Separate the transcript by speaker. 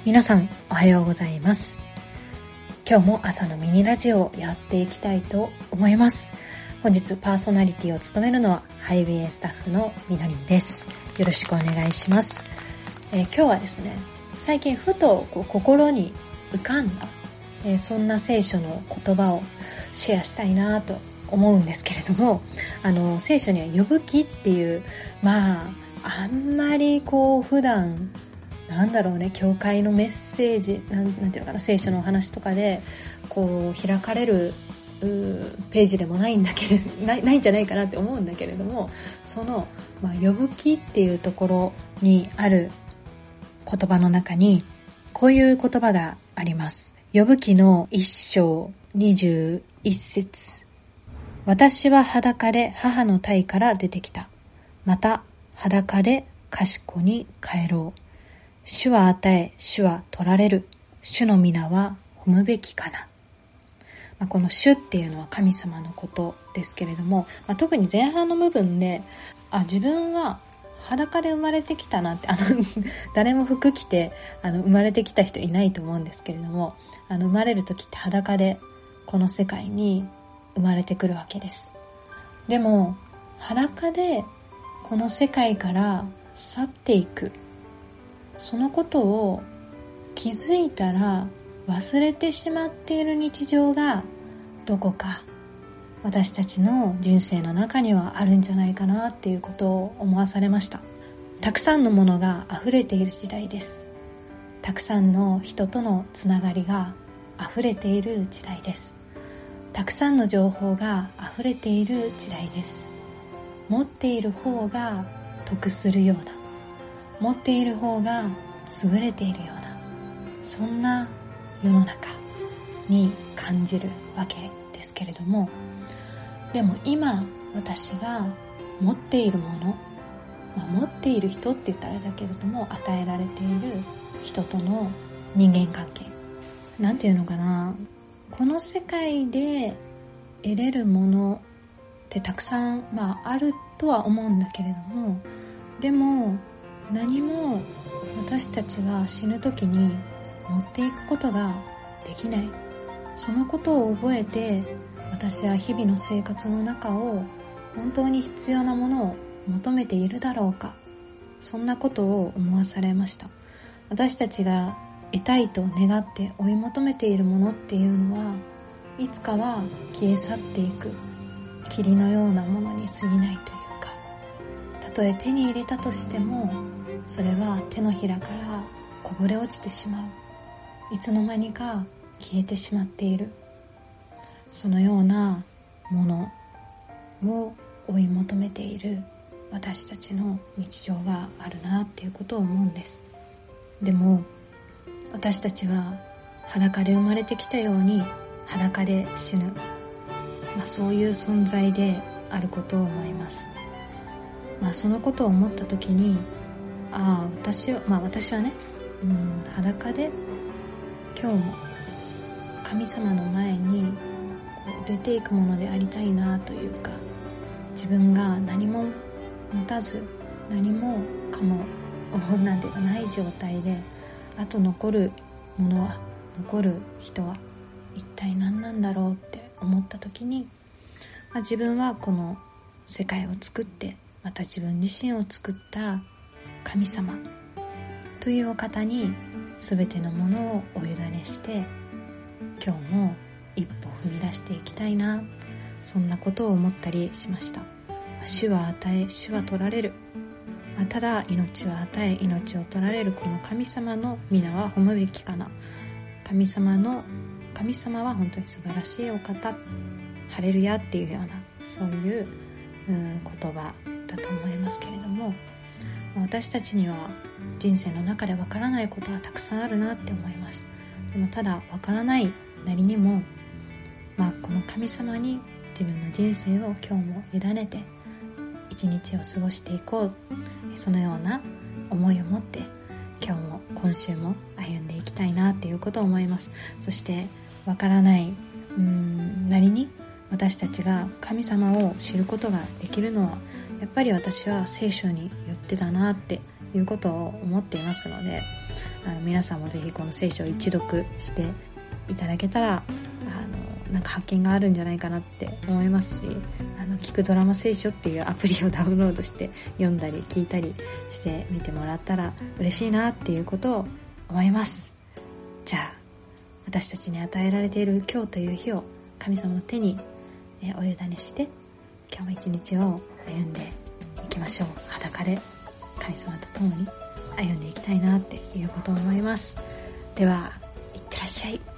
Speaker 1: 皆さんおはようございます。今日も朝のミニラジオをやっていきたいと思います。本日パーソナリティを務めるのはハイウェイスタッフのみのりんです。よろしくお願いします。今日はですね、最近ふと心に浮かんだ、そんな聖書の言葉をシェアしたいなと思うんですけれども、聖書には呼ぶ記っていう、あんまり普段教会のメッセージなんていうのかな、聖書のお話とかで開かれるページでもないんだけれどないんじゃないかなって思うんだけれども、その呼ぶ記っていうところにある言葉の中にこういう言葉があります。呼ぶ記の1章21節。私は裸で母の胎から出てきた。また裸で賢に帰ろう。主は与え、主は取られる。主の皆は褒むべきかな。この主っていうのは神様のことですけれども、特に前半の部分で、自分は裸で生まれてきたなって、誰も服着て生まれてきた人いないと思うんですけれども、生まれる時って裸でこの世界に生まれてくるわけです。でも裸でこの世界から去っていく、そのことを気づいたら忘れてしまっている日常がどこか私たちの人生の中にはあるんじゃないかなっていうことを思わされました。たくさんのものが溢れている時代です。たくさんの人とのつながりが溢れている時代です。たくさんの情報が溢れている時代です。持っている方が得するような、持っている方が優れているような、そんな世の中に感じるわけですけれども、でも今私が持っているもの、持っている人って言ったらあれだけれども、与えられている人との人間関係、なんていうのかな、この世界で得れるものってたくさん、あるとは思うんだけれども、でも何も私たちが死ぬ時に持っていくことができない。そのことを覚えて、私は日々の生活の中を本当に必要なものを求めているだろうか。そんなことを思わされました。私たちが得たいと願って追い求めているものっていうのは、いつかは消え去っていく霧のようなものに過ぎないというか、たとえ手に入れたとしても、それは手のひらからこぼれ落ちてしまう。いつの間にか消えてしまっている。そのようなものを追い求めている私たちの日常があるなっていうことを思うんです。でも私たちは裸で生まれてきたように裸で死ぬ、そういう存在であることを思います。そのことを思った時に、私はね、裸で今日も神様の前に出ていくものでありたいなというか、自分が何も持たず何もかもない状態で、あと残るものは、残る人は一体何なんだろうって思った時に、自分はこの世界を作って、また自分自身を作った神様というお方に全てのものをお委ねして、今日も一歩踏み出していきたいな、そんなことを思ったりしました。主は与え、主は取られる。ただ命は与え、命を取られるこの神様の皆は褒むべきかな。神様は本当に素晴らしいお方、ハレルヤっていうような、そういう言葉だと思いますけれども、私たちには人生の中でわからないことはたくさんあるなって思います。でもただわからないなりにも、この神様に自分の人生を今日も委ねて一日を過ごしていこう、そのような思いを持って今日も今週も歩んでいきたいなっていうことを思います。そしてわからないなりに私たちが神様を知ることができるのは、やっぱり私は聖書によってだなっていうことを思っていますので、 皆さんもぜひこの聖書を一読していただけたらなんか発見があるんじゃないかなって思いますし、聞くドラマ聖書っていうアプリをダウンロードして読んだり聞いたりしてみてもらったら嬉しいなっていうことを思います。じゃあ私たちに与えられている今日という日を神様の手にお委ねして、今日も一日を歩んでいきましょう。裸で神様と共に歩んでいきたいなっていうことを思います。では、いってらっしゃい。